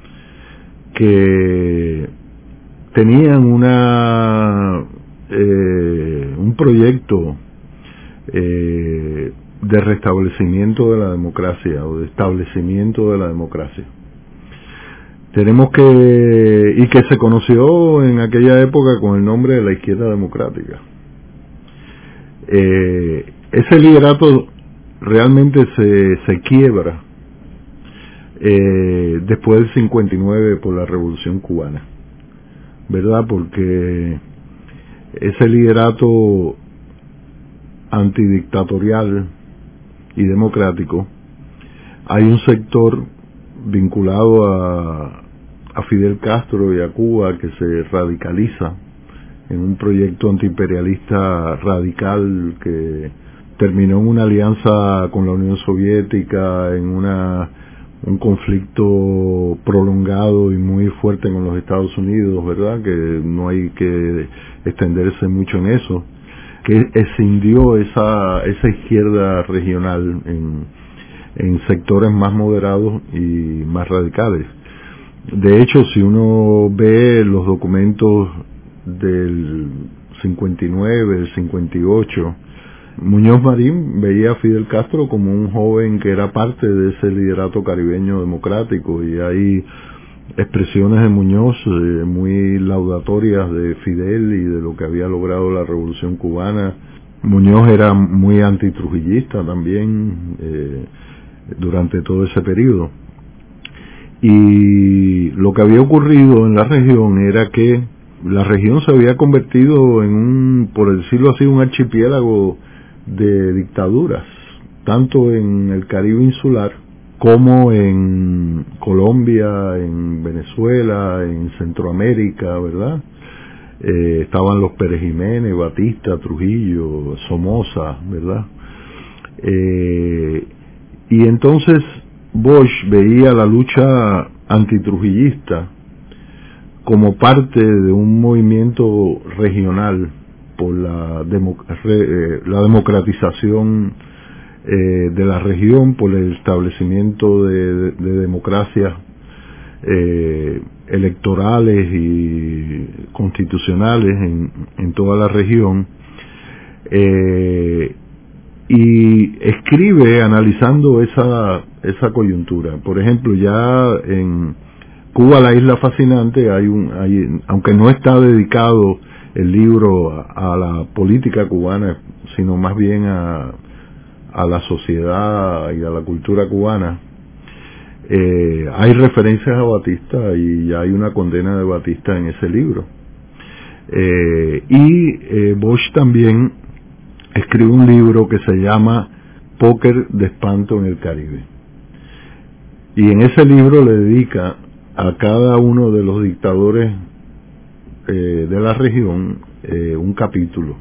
que tenían una eh, un proyecto eh, de restablecimiento de la democracia o de establecimiento de la democracia. Tenemos que, y que se conoció en aquella época con el nombre de la Izquierda Democrática. Eh, ese liderato realmente se, se quiebra eh, después del cincuenta y nueve por la Revolución Cubana, ¿verdad? Porque ese liderato antidictatorial y democrático, hay un sector vinculado a, a Fidel Castro y a Cuba que se radicaliza en un proyecto antiimperialista radical que terminó en una alianza con la Unión Soviética, en una un conflicto prolongado y muy fuerte con los Estados Unidos, ¿verdad? Que no hay que extenderse mucho en eso, que escindió esa esa izquierda regional en, en sectores más moderados y más radicales. De hecho, si uno ve los documentos del cincuenta y nueve, del cincuenta y ocho, Muñoz Marín veía a Fidel Castro como un joven que era parte de ese liderato caribeño democrático, y hay expresiones de Muñoz eh, muy laudatorias de Fidel y de lo que había logrado la Revolución Cubana. Muñoz era muy antitrujillista también eh, durante todo ese periodo. Y lo que había ocurrido en la región era que la región se había convertido en un, por decirlo así, un archipiélago de dictaduras, tanto en el Caribe insular como en Colombia, en Venezuela, en Centroamérica, ¿verdad? Eh, estaban los Pérez Jiménez, Batista, Trujillo, Somoza, ¿verdad? Eh, y entonces Bosch veía la lucha antitrujillista como parte de un movimiento regional por la, demo, re, la democratización eh, de la región, por el establecimiento de, de, de democracias eh, electorales y constitucionales en, en toda la región, eh, y escribe analizando esa, esa coyuntura. Por ejemplo, ya en Cuba, la isla fascinante, hay un, hay, aunque no está dedicado el libro a, a la política cubana, sino más bien a, a la sociedad y a la cultura cubana, eh, hay referencias a Batista y hay una condena de Batista en ese libro. Eh, y eh, Bosch también escribe un libro que se llama Póker de espanto en el Caribe. Y en ese libro le dedica a cada uno de los dictadores eh, de la región eh, un capítulo.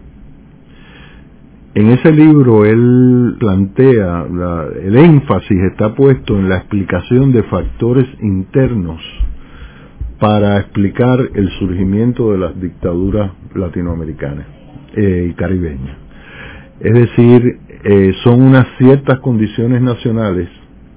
En ese libro él plantea, la, el énfasis está puesto en la explicación de factores internos para explicar el surgimiento de las dictaduras latinoamericanas eh, y caribeñas. Es decir, eh, son unas ciertas condiciones nacionales,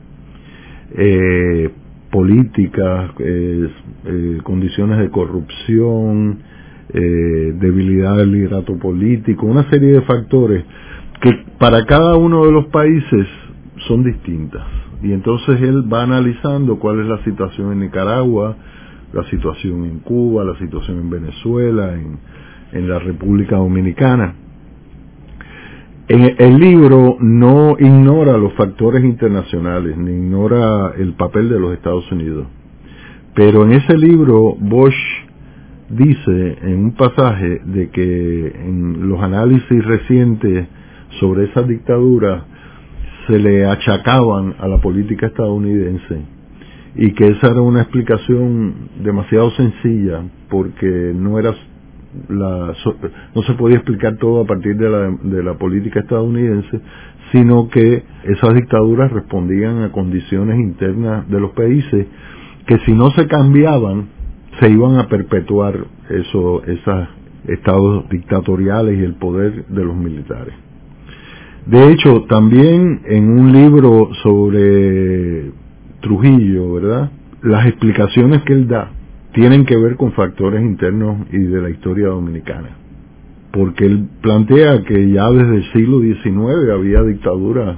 eh, políticas, eh, eh, condiciones de corrupción, eh, debilidad del liderato político, una serie de factores que para cada uno de los países son distintas. Y entonces él va analizando cuál es la situación en Nicaragua, la situación en Cuba, la situación en Venezuela, en, en la República Dominicana. En el libro no ignora los factores internacionales, ni ignora el papel de los Estados Unidos. Pero en ese libro Bosch dice en un pasaje de que en los análisis recientes sobre esas dictaduras se le achacaban a la política estadounidense y que esa era una explicación demasiado sencilla porque no era La, no se podía explicar todo a partir de la, de la política estadounidense, sino que esas dictaduras respondían a condiciones internas de los países que si no se cambiaban se iban a perpetuar eso, esos estados dictatoriales y el poder de los militares. De hecho, también en un libro sobre Trujillo, ¿verdad?, las explicaciones que él da tienen que ver con factores internos y de la historia dominicana, porque él plantea que ya desde el siglo diecinueve había dictaduras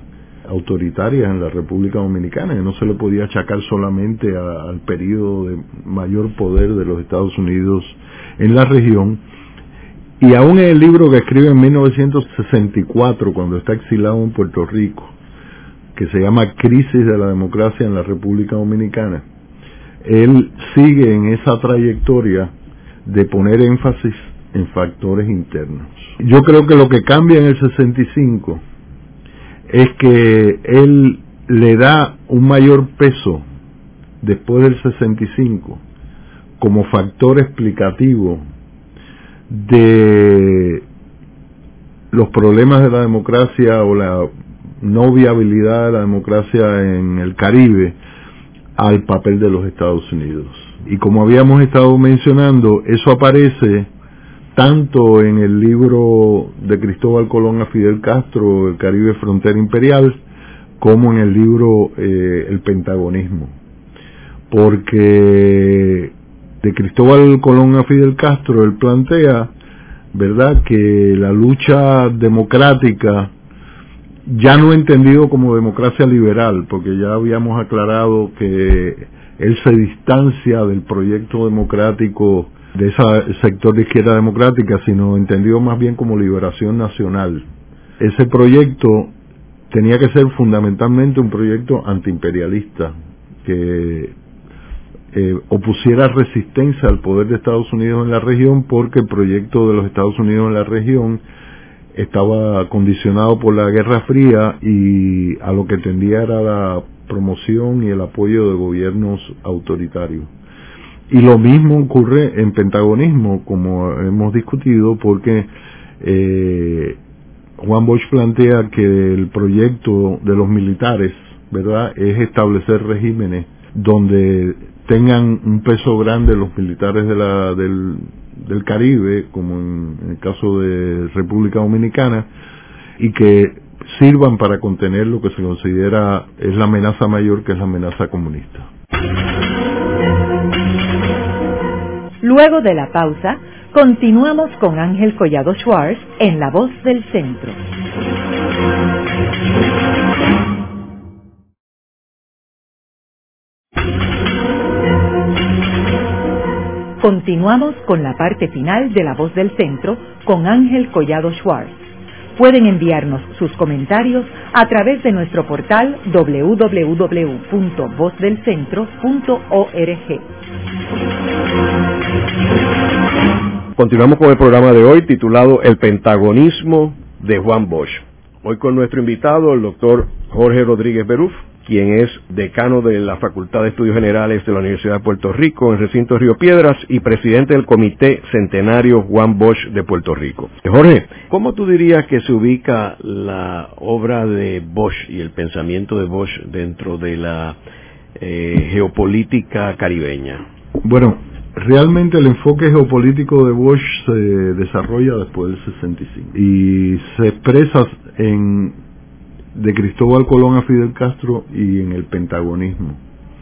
autoritarias en la República Dominicana, que no se le podía achacar solamente a, al periodo de mayor poder de los Estados Unidos en la región. Y aún en el libro que escribe en mil novecientos sesenta y cuatro, cuando está exilado en Puerto Rico, que se llama Crisis de la Democracia en la República Dominicana, él sigue en esa trayectoria de poner énfasis en factores internos. Yo creo que lo que cambia en el sesenta y cinco es que él le da un mayor peso después del sesenta y cinco como factor explicativo de los problemas de la democracia o la no viabilidad de la democracia en el Caribe al papel de los Estados Unidos. Y como habíamos estado mencionando, eso aparece tanto en el libro de Cristóbal Colón a Fidel Castro, El Caribe Frontera Imperial, como en el libro eh, El Pentagonismo. Porque de Cristóbal Colón a Fidel Castro él plantea, ¿verdad?, que la lucha democrática, ya no entendido como democracia liberal, porque ya habíamos aclarado que él se distancia del proyecto democrático de ese sector de izquierda democrática, sino entendido más bien como liberación nacional. Ese proyecto tenía que ser fundamentalmente un proyecto antiimperialista, que eh, opusiera resistencia al poder de Estados Unidos en la región, porque el proyecto de los Estados Unidos en la región estaba condicionado por la Guerra Fría y a lo que tendía era la promoción y el apoyo de gobiernos autoritarios. Y lo mismo ocurre en Pentagonismo, como hemos discutido, porque eh, Juan Bosch plantea que el proyecto de los militares, ¿verdad?, es establecer regímenes donde tengan un peso grande los militares de la, del, del Caribe, como en, en el caso de República Dominicana, y que sirvan para contener lo que se considera es la amenaza mayor, que es la amenaza comunista. Luego de la pausa, continuamos con Ángel Collado Schwartz en La Voz del Centro. Continuamos con la parte final de La Voz del Centro con Ángel Collado Schwartz. Pueden enviarnos sus comentarios a través de nuestro portal doble u doble u doble u punto voz del centro punto org. Continuamos con el programa de hoy titulado El Pentagonismo de Juan Bosch. Hoy con nuestro invitado, el doctor Jorge Rodríguez Beruf, quien es decano de la Facultad de Estudios Generales de la Universidad de Puerto Rico en el recinto Río Piedras y presidente del Comité Centenario Juan Bosch de Puerto Rico. Jorge, ¿cómo tú dirías que se ubica la obra de Bosch y el pensamiento de Bosch dentro de la eh, geopolítica caribeña? Bueno, realmente el enfoque geopolítico de Bosch se desarrolla después del sesenta y cinco y se expresa en de Cristóbal Colón a Fidel Castro y en el pentagonismo,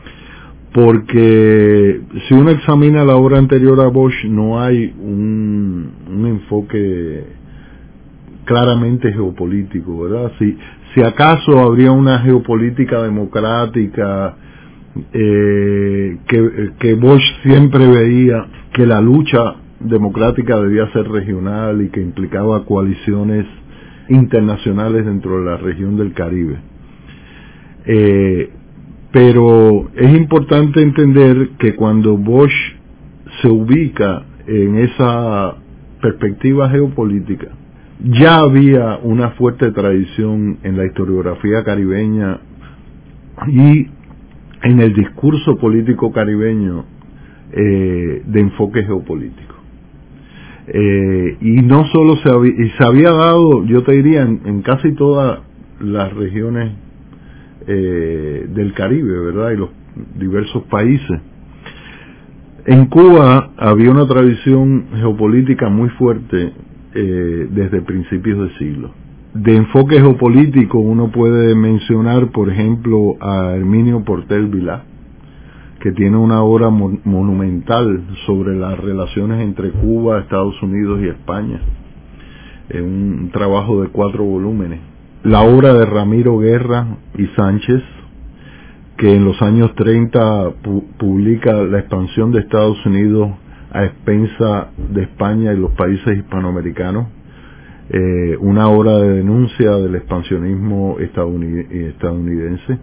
porque si uno examina la obra anterior a Bosch no hay un, un enfoque claramente geopolítico, ¿verdad? Si, si acaso habría una geopolítica democrática eh, que, que Bosch siempre veía que la lucha democrática debía ser regional y que implicaba coaliciones internacionales dentro de la región del Caribe. Eh, pero es importante entender que cuando Bosch se ubica en esa perspectiva geopolítica, ya había una fuerte tradición en la historiografía caribeña y en el discurso político caribeño eh, de enfoque geopolítico. Eh, y no solo se había, y se había dado, yo te diría, en, en casi todas las regiones eh, del Caribe, ¿verdad?, y los diversos países. En Cuba había una tradición geopolítica muy fuerte eh, desde principios de siglo. De enfoque geopolítico uno puede mencionar, por ejemplo, a Herminio Portel Vilá, que tiene una obra mon- monumental sobre las relaciones entre Cuba, Estados Unidos y España. Es un trabajo de cuatro volúmenes. la obra de Ramiro Guerra y Sánchez, que en los años treinta pu- publica la expansión de Estados Unidos a expensa de España y los países hispanoamericanos, eh, una obra de denuncia del expansionismo estadounid- estadounidense.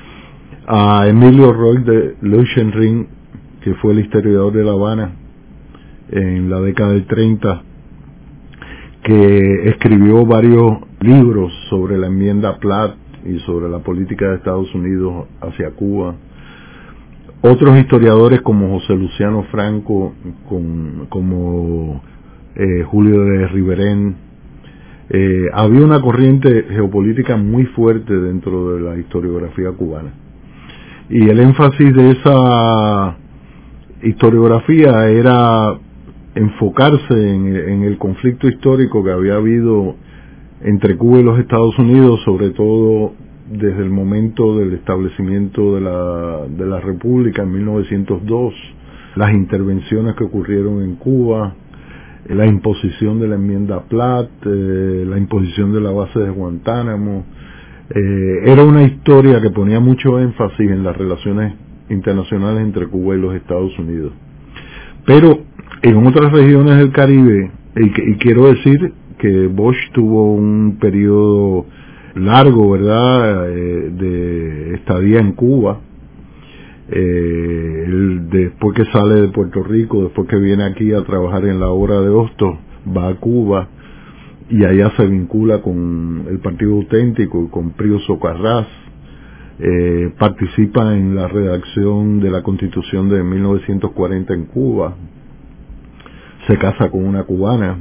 A Emilio Roy de Leuchtenring, que fue el historiador de La Habana en la década del treinta, que escribió varios libros sobre la enmienda Platt y sobre la política de Estados Unidos hacia Cuba. Otros historiadores como José Luciano Franco, con, como eh, Julio de Riverén. Eh, había una corriente geopolítica muy fuerte dentro de la historiografía cubana. Y el énfasis de esa historiografía era enfocarse en, en el conflicto histórico que había habido entre Cuba y los Estados Unidos, sobre todo desde el momento del establecimiento de la, de la República en mil novecientos dos, las intervenciones que ocurrieron en Cuba, la imposición de la enmienda Platt, eh, la imposición de la base de Guantánamo. Eh, era una historia que ponía mucho énfasis en las relaciones internacionales entre Cuba y los Estados Unidos. Pero en otras regiones del Caribe, y, y quiero decir que Bosch tuvo un periodo largo, ¿verdad?, eh, de estadía en Cuba. Eh, él, después que sale de Puerto Rico, después que viene aquí a trabajar en la obra de Hostos, va a Cuba y allá se vincula con el Partido Auténtico y con Pío Socarrás. Eh, participa en la redacción de la Constitución de mil novecientos cuarenta en Cuba. Se casa con una cubana,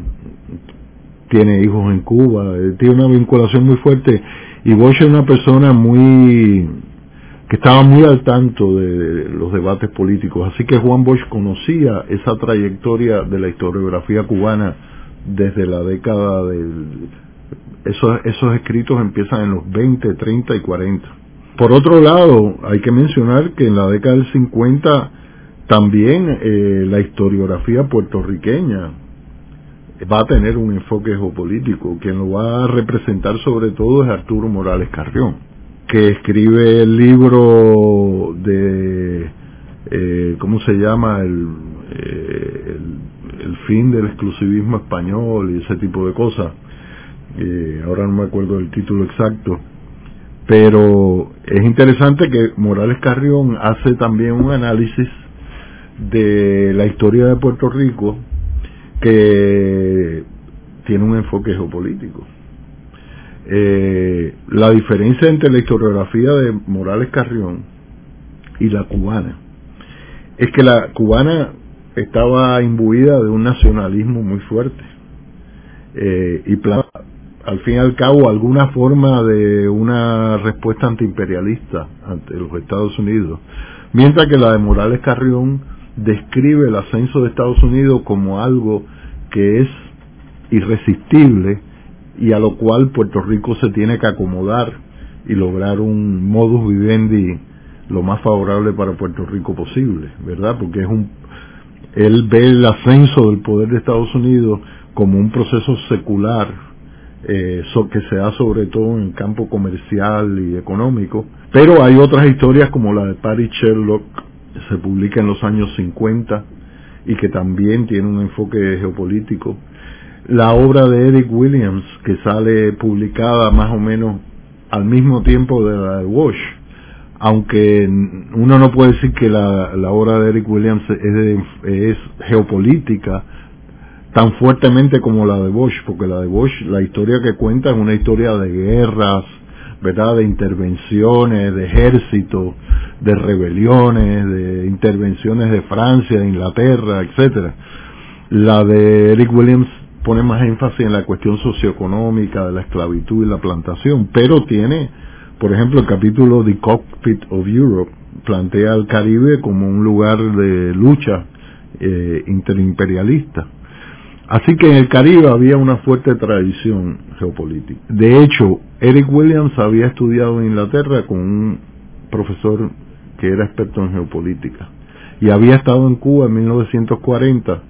tiene hijos en Cuba, eh, tiene una vinculación muy fuerte, y Bosch es una persona muy que estaba muy al tanto de, de los debates políticos, así que Juan Bosch conocía esa trayectoria de la historiografía cubana desde la década del... Esos, esos escritos empiezan en los veinte, treinta y cuarenta. Por otro lado, hay que mencionar que en la década del cincuenta también eh, la historiografía puertorriqueña va a tener un enfoque geopolítico. Quien lo va a representar sobre todo es Arturo Morales Carrión, que escribe el libro de, eh, ¿cómo se llama? El, eh, el, el fin del exclusivismo español y ese tipo de cosas. Eh, ahora no me acuerdo del título exacto. Pero es interesante que Morales Carrión hace también un análisis de la historia de Puerto Rico que tiene un enfoque geopolítico. Eh, la diferencia entre la historiografía de Morales Carrión y la cubana es que la cubana estaba imbuida de un nacionalismo muy fuerte eh, y plan al fin y al cabo alguna forma de una respuesta antiimperialista ante los Estados Unidos, mientras que la de Morales Carrión describe el ascenso de Estados Unidos como algo que es irresistible y a lo cual Puerto Rico se tiene que acomodar y lograr un modus vivendi lo más favorable para Puerto Rico posible, ¿verdad? Porque es un él ve el ascenso del poder de Estados Unidos como un proceso secular Eh, so, que se da sobre todo en el campo comercial y económico, pero hay otras historias como la de Patty Sherlock, que se publica en los años cincuenta y que también tiene un enfoque geopolítico. La obra de Eric Williams, que sale publicada más o menos al mismo tiempo de la de Bosch, aunque uno no puede decir que la, la obra de Eric Williams es, de, es geopolítica tan fuertemente como la de Bosch, porque la de Bosch, la historia que cuenta es una historia de guerras, ¿verdad?, de intervenciones, de ejércitos, de rebeliones, de intervenciones de Francia, de Inglaterra, etcétera. La de Eric Williams pone más énfasis en la cuestión socioeconómica de la esclavitud y la plantación, pero tiene, por ejemplo, el capítulo The Cockpit of Europe, plantea al Caribe como un lugar de lucha eh, interimperialista. Así que en el Caribe había una fuerte tradición geopolítica. De hecho, Eric Williams había estudiado en Inglaterra con un profesor que era experto en geopolítica y había estado en Cuba en mil novecientos cuarenta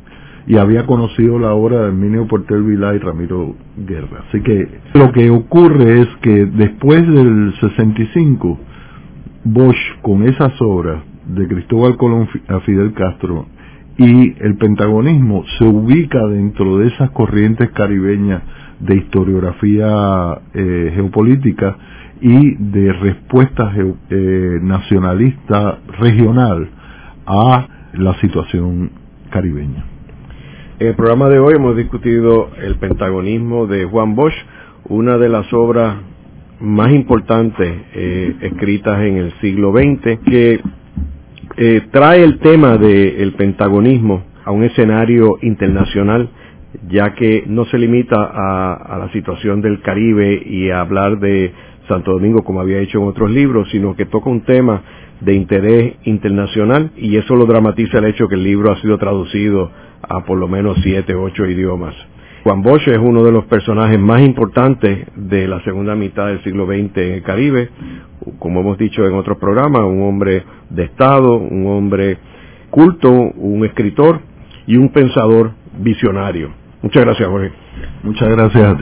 y había conocido la obra de Herminio Porter Vilá y Ramiro Guerra. Así que lo que ocurre es que después del sesenta y cinco, Bosch, con esas obras de Cristóbal Colón a Fidel Castro y el pentagonismo, se ubica dentro de esas corrientes caribeñas de historiografía eh, geopolítica y de respuesta geo, eh, nacionalista regional a la situación caribeña. En el programa de hoy hemos discutido el pentagonismo de Juan Bosch, una de las obras más importantes eh, escritas en el siglo veinte, que eh, trae el tema del pentagonismo a un escenario internacional, ya que no se limita a, a la situación del Caribe y a hablar de Santo Domingo como había hecho en otros libros, sino que toca un tema de interés internacional, y eso lo dramatiza el hecho que el libro ha sido traducido a por lo menos siete, ocho idiomas. Juan Bosch es uno de los personajes más importantes de la segunda mitad del siglo veinte en el Caribe, como hemos dicho en otros programas, un hombre de Estado, un hombre culto, un escritor y un pensador visionario. Muchas gracias, Jorge. Muchas gracias a ti.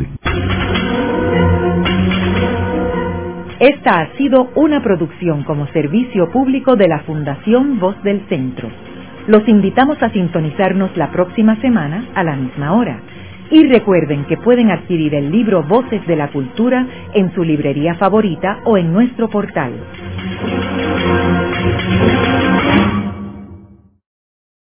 Esta ha sido una producción como servicio público de la Fundación Voz del Centro. Los invitamos a sintonizarnos la próxima semana a la misma hora. Y recuerden que pueden adquirir el libro Voces de la Cultura en su librería favorita o en nuestro portal.